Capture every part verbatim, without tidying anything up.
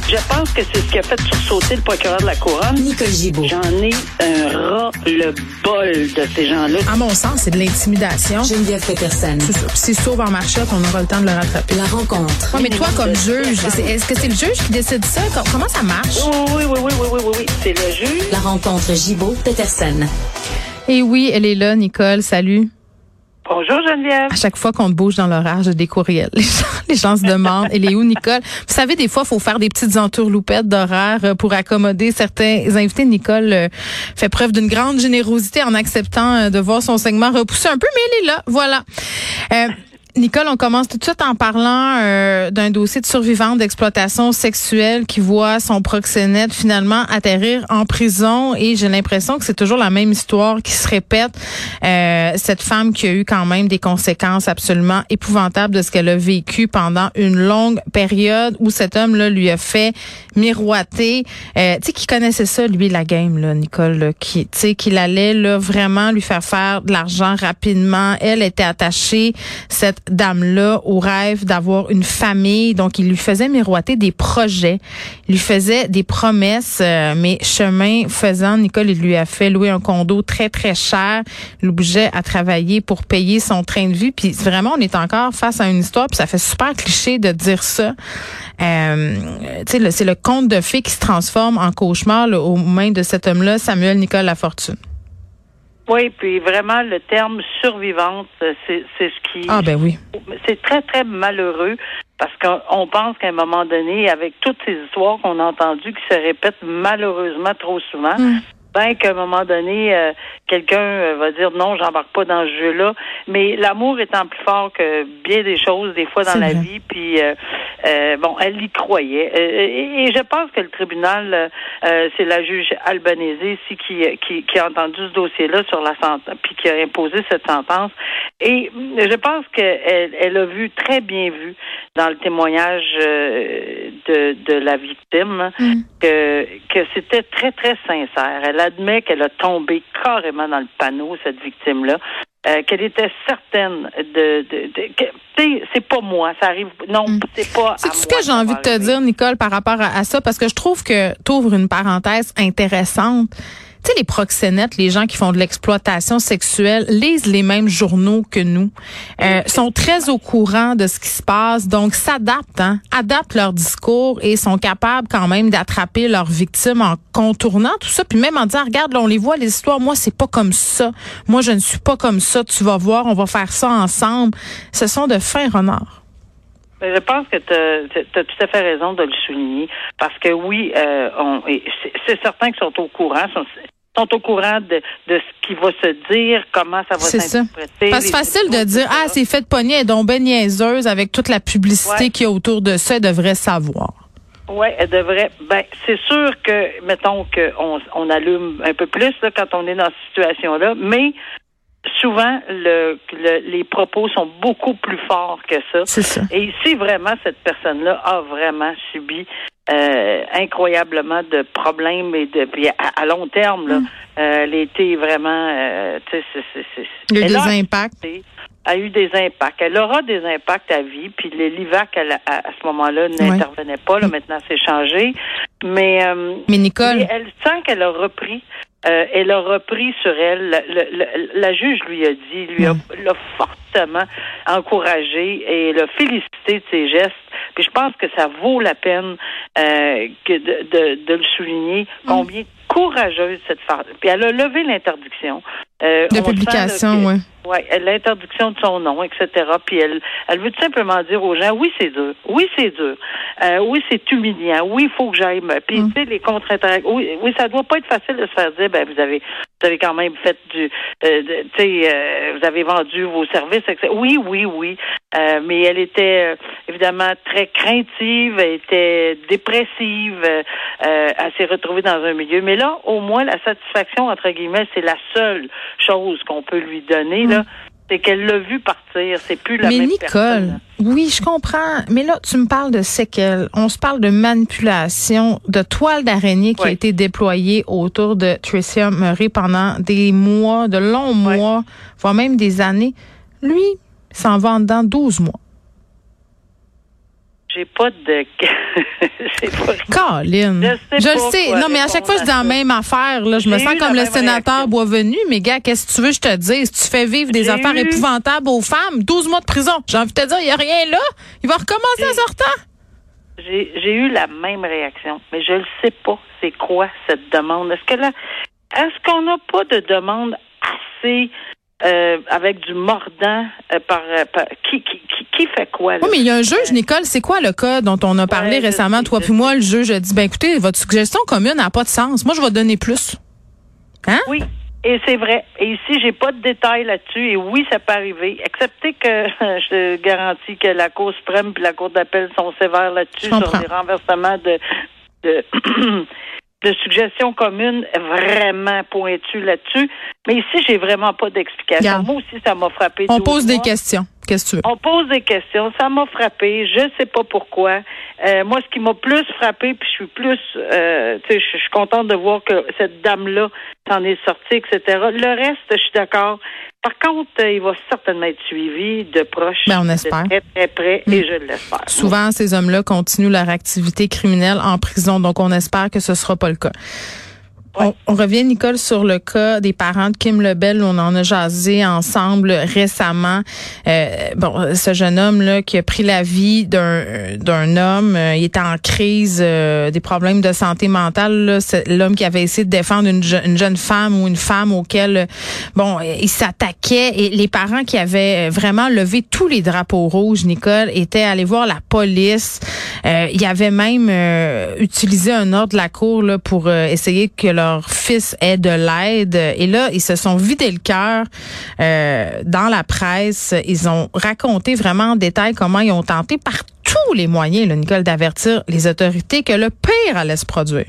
Je pense que c'est ce qui a fait sursauter le procureur de la Couronne. Nicole Gibault. J'en ai un ras-le-bol de ces gens-là. À mon sens, c'est de l'intimidation. Geneviève Peterson. C'est ça. Puis s'il sauve en marchette, on aura le temps de le rattraper. La rencontre. Ouais, mais toi, comme juge, c'est, est-ce que c'est le juge qui décide ça? Comment ça marche? Oui, oui, oui, oui, oui, oui, oui, oui. C'est le juge. La rencontre Gibault-Peterson. Et oui, elle est là, Nicole. Salut. Bonjour Geneviève. À chaque fois qu'on te bouge dans l'orage, j'ai des courriels. Les gens, les gens se demandent, elle est où Nicole? Vous savez, des fois, il faut faire des petites entourloupettes d'horaire pour accommoder certains invités. Nicole euh, fait preuve d'une grande générosité en acceptant euh, de voir son segment repousser un peu, mais elle est là. Voilà. Euh, Nicole, on commence tout de suite en parlant euh, d'un dossier de survivante d'exploitation sexuelle qui voit son proxénète finalement atterrir en prison et j'ai l'impression que c'est toujours la même histoire qui se répète. Euh, cette femme qui a eu quand même des conséquences absolument épouvantables de ce qu'elle a vécu pendant une longue période où cet homme-là lui a fait miroiter. Euh, tu sais, qui connaissait ça, lui, la game, là, Nicole, là, qui, tu sais, qu'il allait là vraiment lui faire faire de l'argent rapidement. Elle était attachée, cette dame-là, au rêve d'avoir une famille. Donc, il lui faisait miroiter des projets. Il lui faisait des promesses, euh, mais chemin faisant, Nicole, il lui a fait louer un condo très, très cher. Il l'obligeait à travailler pour payer son train de vie. Puis vraiment, on est encore face à une histoire, puis ça fait super cliché de dire ça. Euh, tu sais, c'est le conte de fées qui se transforme en cauchemar là, aux mains de cet homme-là, Samuel Nicole Lafortune. Oui, puis vraiment, le terme survivante, c'est, c'est ce qui... Ah, ben oui. C'est très, très malheureux parce qu'on pense qu'à un moment donné, avec toutes ces histoires qu'on a entendues qui se répètent malheureusement trop souvent, mm. ben qu'à un moment donné, euh, quelqu'un euh, va dire non, j'embarque pas dans ce jeu-là. Mais l'amour étant plus fort que bien des choses, des fois dans c'est la vrai. vie, puis euh, euh, bon, elle y croyait. Euh, et, et je pense que le tribunal, euh, c'est la juge Albanese ici qui, qui, qui a entendu ce dossier-là sur la sentence, puis qui a imposé cette sentence. Et je pense qu'elle elle a vu, très bien vu, dans le témoignage euh, de, de la victime, mm. que, que c'était très, très sincère. Elle admet qu'elle a tombé carrément dans le panneau, cette victime-là, euh, qu'elle était certaine de... de, de que, c'est pas moi, ça arrive... Non, mm. c'est pas C'est à tout moi ce que j'ai envie de te arriver. dire, Nicole, par rapport à, à ça, parce que je trouve que tu ouvres une parenthèse intéressante. Tu sais, les proxénètes, les gens qui font de l'exploitation sexuelle, lisent les mêmes journaux que nous, euh, sont très au courant de ce qui se passe, donc s'adaptent, hein, adaptent leur discours et sont capables quand même d'attraper leurs victimes en contournant tout ça, puis même en disant, regarde, là, on les voit, les histoires, moi, c'est pas comme ça. Moi, je ne suis pas comme ça, tu vas voir, on va faire ça ensemble. Ce sont de fins renards. Je pense que tu as tout à fait raison de le souligner, parce que oui, euh, on, c'est, c'est certain qu'ils sont au courant, sont, sont au courant de, de ce qui va se dire, comment ça va c'est s'interpréter. Ça. C'est facile de dire, ah, c'est fait de pogner, elle est donc ben niaiseuse avec toute la publicité ouais. qu'il y a autour de ça, elle devrait savoir. Oui, elle devrait. Ben, c'est sûr que, mettons qu'on on allume un peu plus là, quand on est dans cette situation-là, mais souvent, le, le, les propos sont beaucoup plus forts que ça. C'est ça. Et ici, vraiment, cette personne-là a vraiment subi euh, incroyablement de problèmes et de puis à, à long terme, là, mm. euh, elle a été vraiment, euh, tu sais, c'est, c'est, c'est, il y a eu des a, impacts. a eu des impacts. Elle aura des impacts à vie. Puis le l'I V A C, elle, à, à ce moment-là, n'intervenait ouais. pas. Là, maintenant, c'est changé. Mais, euh, mais Nicole, elle sent qu'elle a repris. Euh, elle a repris sur elle. La, la, la, la juge lui a dit, lui a, l'a fortement encouragé et l'a félicité de ses gestes. Puis je pense que ça vaut la peine euh, que de, de, de le souligner. Combien courageuse cette femme. Puis elle a levé l'interdiction. Euh, de publication, oui. Oui, l'interdiction de son nom, et cetera. Puis elle, elle veut tout simplement dire aux gens, oui, c'est dur. Oui, c'est dur. Euh, oui, c'est humiliant. Oui, il faut que j'aille. Puis, mm. tu sais, les contre-interactions. Oui, oui, ça doit pas être facile de se faire dire, ben, vous avez, vous avez quand même fait du, euh, tu sais, euh, vous avez vendu vos services, et cetera. Oui, oui, oui. Euh, mais elle était, euh, évidemment, très craintive, elle était dépressive, euh, elle s'est retrouvée dans un milieu. Mais là, au moins, la satisfaction, entre guillemets, c'est la seule chose qu'on peut lui donner, là. C'est qu'elle l'a vu partir. C'est plus la mais même Nicole, personne. Oui, je comprends. Mais là, tu me parles de séquelles. On se parle de manipulation, de toile d'araignée qui oui. a été déployée autour de Tricia Murray pendant des mois, de longs mois, oui. voire même des années. Lui, s'en va en dedans douze mois. j'ai pas de... j'ai pas... Caroline, je, sais je pas le sais. Non, mais à chaque fois que je dis la même affaire, là, je me J'ai sens eu comme la le même sénateur réaction. Boisvenu. Mais gars, qu'est-ce que tu veux que je te dise? Tu fais vivre des J'ai affaires eu- épouvantables aux femmes, douze mois de prison. J'ai envie de te dire, il n'y a rien là. Il va recommencer en J'ai- sortant. J'ai, j'ai eu la même réaction, mais je ne sais pas c'est quoi cette demande. Est-ce que là, est-ce qu'on n'a pas de demande assez euh, avec du mordant euh, par, euh, par qui, qui, qui, qui fait quoi là? Oui, mais il y a un juge, Nicole. C'est quoi le cas dont on a parlé Ouais, je récemment, sais, toi je puis moi? Le juge a dit, ben écoutez, votre suggestion commune n'a pas de sens. Moi, je vais donner plus. Hein? Oui. Et c'est vrai. Et ici, j'ai pas de détails là-dessus. Et oui, ça peut arriver. Excepté que je te garantis que la Cour suprême et la Cour d'appel sont sévères là-dessus Je sur comprends. des renversements de, de, de suggestions communes vraiment pointues là-dessus. Mais ici, j'ai vraiment pas d'explication. Regarde. Moi aussi, ça m'a frappé. On douze pose des mois. questions. Qu'est-ce que tu veux? On pose des questions. Ça m'a frappé. Je sais pas pourquoi. Euh, moi, ce qui m'a plus frappé, puis je suis plus, euh, tu sais, je suis contente de voir que cette dame-là s'en est sortie, et cetera. Le reste, je suis d'accord. Par contre, euh, il va certainement être suivi de proche, Ben, on de espère. très, très près, Mm. et je l'espère. Souvent, ces hommes-là continuent leur activité criminelle en prison, donc on espère que ce sera pas le cas. Ouais. On, on revient, Nicole, sur le cas des parents de Kim Lebel. On en a jasé ensemble récemment. Euh, bon, ce jeune homme-là qui a pris la vie d'un d'un homme, euh, il était en crise, euh, des problèmes de santé mentale. Là. C'est l'homme qui avait essayé de défendre une, je, une jeune femme ou une femme auquel, bon, il s'attaquait. Et les parents qui avaient vraiment levé tous les drapeaux rouges, Nicole, étaient allés voir la police. Euh, il avait même euh, utilisé un ordre de la cour là, pour euh, essayer que leur fils ait de l'aide. Et là, ils se sont vidés le cœur euh, dans la presse. Ils ont raconté vraiment en détail comment ils ont tenté par tous les moyens, là, Nicole, d'avertir les autorités que le pire allait se produire.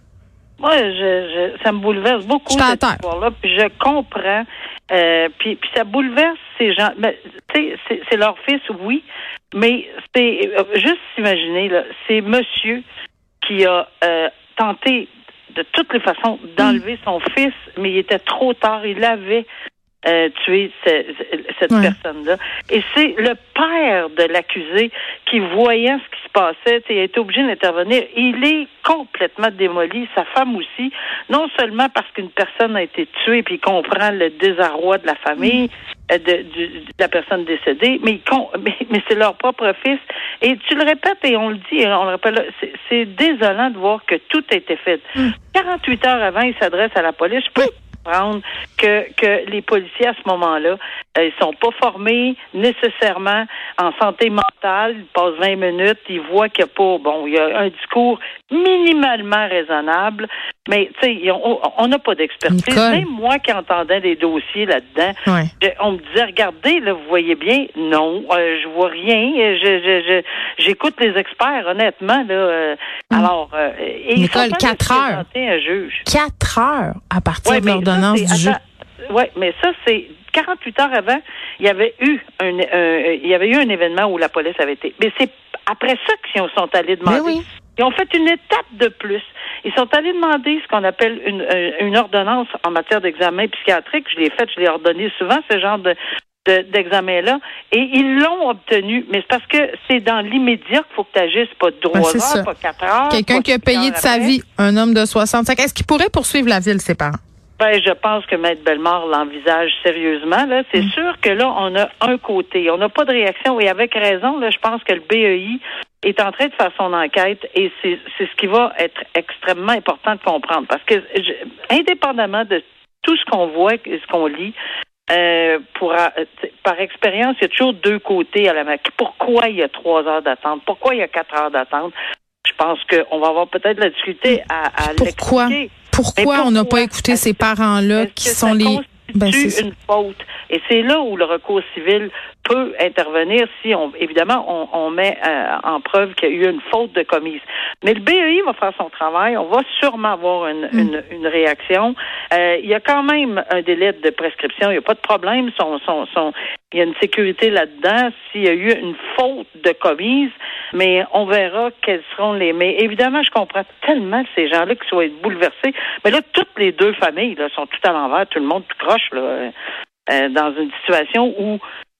Moi, je, je, ça me bouleverse beaucoup, Je cette t'entends. histoire-là, puis je comprends. Euh, puis, puis ça bouleverse ces gens. Mais, tu sais, c'est, c'est leur fils, oui, mais c'est euh, juste s'imaginer, là, c'est monsieur qui a euh, tenté de toutes les façons d'enlever mm. son fils, mais il était trop tard. Il avait euh, tué ce, cette ouais. personne-là. Et c'est le père de l'accusé qui, voyant ce qui se passait, il a été obligé d'intervenir. Il est complètement démoli, sa femme aussi, non seulement parce qu'une personne a été tuée, puis il comprend le désarroi de la famille, mm. de, de, de la personne décédée, mais, il, mais, mais c'est leur propre fils. Et tu le répètes et on le dit, on le rappelle, c'est, c'est désolant de voir que tout a été fait. Mm. quarante-huit heures avant, il s'adresse à la police. Je peux comprendre que, que les policiers, à ce moment-là, euh, ils sont pas formés nécessairement en santé mentale. Ils passent vingt minutes, ils voient qu'il y a pas, bon, il y a un discours minimalement raisonnable, mais tu sais, on n'a pas d'expertise. Nicole. Même moi qui entendais des dossiers là-dedans, ouais. je, on me disait, regardez, là, vous voyez bien, non, euh, je vois rien. Je, je, je, j'écoute les experts, honnêtement, là. Euh, mm. Alors, euh, et Nicole, quatre heures. Un juge. Quatre heures à partir ouais, de l'ordonnance du juge. Oui, mais ça, c'est quarante-huit heures avant, il y avait eu un, euh, il y avait eu un événement où la police avait été. Mais c'est après ça qu'ils sont allés demander. Oui. Ils ont fait une étape de plus. Ils sont allés demander ce qu'on appelle une, une ordonnance en matière d'examen psychiatrique. Je l'ai fait, je l'ai ordonné souvent, ce genre de, de, d'examen-là. Et ils l'ont obtenu. Mais c'est parce que c'est dans l'immédiat qu'il faut que tu agisses, pas trois ben, heures, ça. pas quatre heures. Quelqu'un qui a payé de sa après. vie, un homme de soixante-cinq. Est-ce qu'il pourrait poursuivre la ville, ses parents? Ben, je pense que Maître Bellemare l'envisage sérieusement. Là, c'est mmh. sûr que là, on a un côté. On n'a pas de réaction. Et avec raison, là, je pense que le B E I est en train de faire son enquête et c'est, c'est ce qui va être extrêmement important de comprendre. Parce que, je, indépendamment de tout ce qu'on voit et ce qu'on lit, euh, pour, euh, par expérience, il y a toujours deux côtés à la main. Pourquoi il y a trois heures d'attente? Pourquoi il y a quatre heures d'attente? Je pense qu'on va avoir peut-être la difficulté à, à pourquoi? l'expliquer. Pourquoi, pourquoi on n'a pas écouté ces parents-là qui sont les... Ben, c'est une faute. Et c'est là où le recours civil peut intervenir si, on, évidemment, on, on met euh, en preuve qu'il y a eu une faute de commise. Mais le B E I va faire son travail. On va sûrement avoir une, mm. une, une réaction. Euh, il y a quand même un délai de prescription. Il n'y a pas de problème. Son, son, son, il y a une sécurité là-dedans s'il y a eu une faute de commise. Mais on verra quels seront les... Mais évidemment, je comprends tellement ces gens-là qui soient bouleversés. Mais là, toutes les deux familles là, sont tout à l'envers. Tout le monde tout croche là, euh, dans une situation où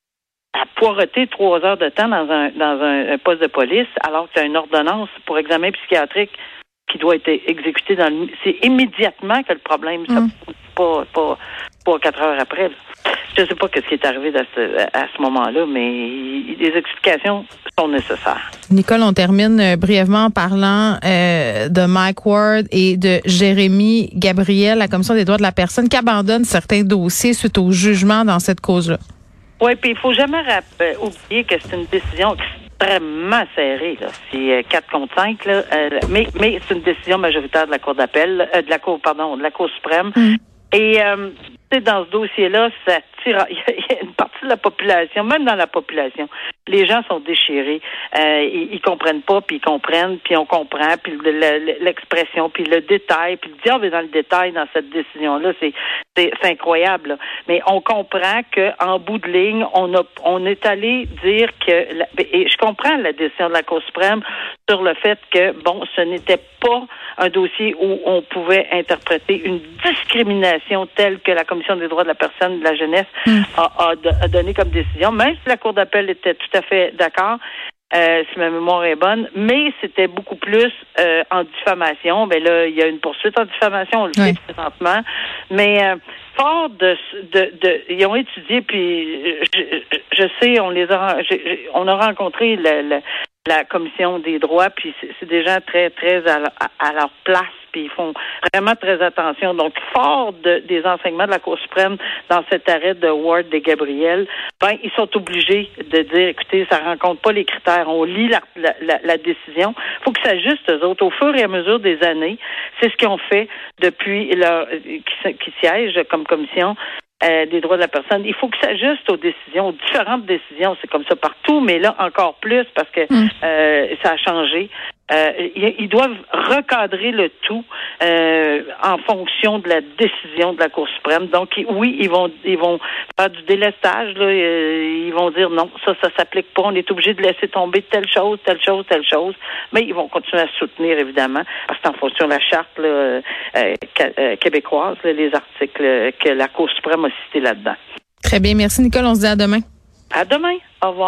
à poireter trois heures de temps dans un dans un, un poste de police alors que tu as une ordonnance pour examen psychiatrique qui doit être exécutée dans le... C'est immédiatement que le problème, ça, mm. pas, pas, pas quatre heures après. Là. Je ne sais pas ce qui est arrivé à ce, à ce moment-là, mais les explications sont nécessaires. Nicole, on termine euh, brièvement en parlant euh, de Mike Ward et de Jérémy Gabriel, la Commission des droits de la personne, qui abandonne certains dossiers suite au jugement dans cette cause-là. Oui, puis il faut jamais euh, oublier que c'est une décision extrêmement serrée. Là. C'est euh, quatre contre cinq, là, euh, mais, mais c'est une décision majoritaire de la Cour d'appel, euh, de la Cour, pardon, de la Cour suprême. Mm. Et euh, dans ce dossier-là, ça tire. Il y a une partie de la population, même dans la population, les gens sont déchirés. Euh, ils, ils comprennent pas, puis ils comprennent, puis on comprend, puis le, le, l'expression, puis le détail, puis le diable est dans le détail dans cette décision-là. C'est, c'est, c'est incroyable. Là. Mais on comprend que en bout de ligne, on a, on est allé dire que, et je comprends la décision de la Cour suprême sur le fait que bon, ce n'était pas un dossier où on pouvait interpréter une discrimination telle que la Commission des droits de la personne et de la jeunesse mm. a, a, a donné comme décision, même si la Cour d'appel était tout à fait d'accord, euh, si ma mémoire est bonne, mais c'était beaucoup plus euh, en diffamation. Ben là, il y a une poursuite en diffamation, on le sait oui. présentement, mais euh, fort de, de, de, ils ont étudié, puis je, je sais, on les a, je, on a rencontré le, le la Commission des droits, puis c'est, c'est des gens très, très à, à leur place, puis ils font vraiment très attention. Donc, fort de, des enseignements de la Cour suprême dans cet arrêt de Ward et Gabriel, ben, ils sont obligés de dire, écoutez, ça rencontre pas les critères. On lit la, la, la, la décision. Il faut que ça ajuste eux autres. Au fur et à mesure des années, c'est ce qu'ils ont fait depuis leur, qui, qui siègent comme commission Euh, des droits de la personne. Il faut que ça s'ajuste aux décisions, aux différentes décisions. C'est comme ça partout, mais là, encore plus parce que mm. euh, ça a changé. Euh, ils, ils doivent recadrer le tout euh, en fonction de la décision de la Cour suprême. Donc, oui, ils vont ils vont faire du délestage. Là, euh, ils vont dire non, ça, ça s'applique pas. On est obligé de laisser tomber telle chose, telle chose, telle chose. Mais ils vont continuer à soutenir, évidemment, parce que c'est en fonction de la charte là, euh, euh, québécoise, là, les articles que la Cour suprême a cités là-dedans. Très bien. Merci, Nicole. On se dit à demain. À demain. Au revoir.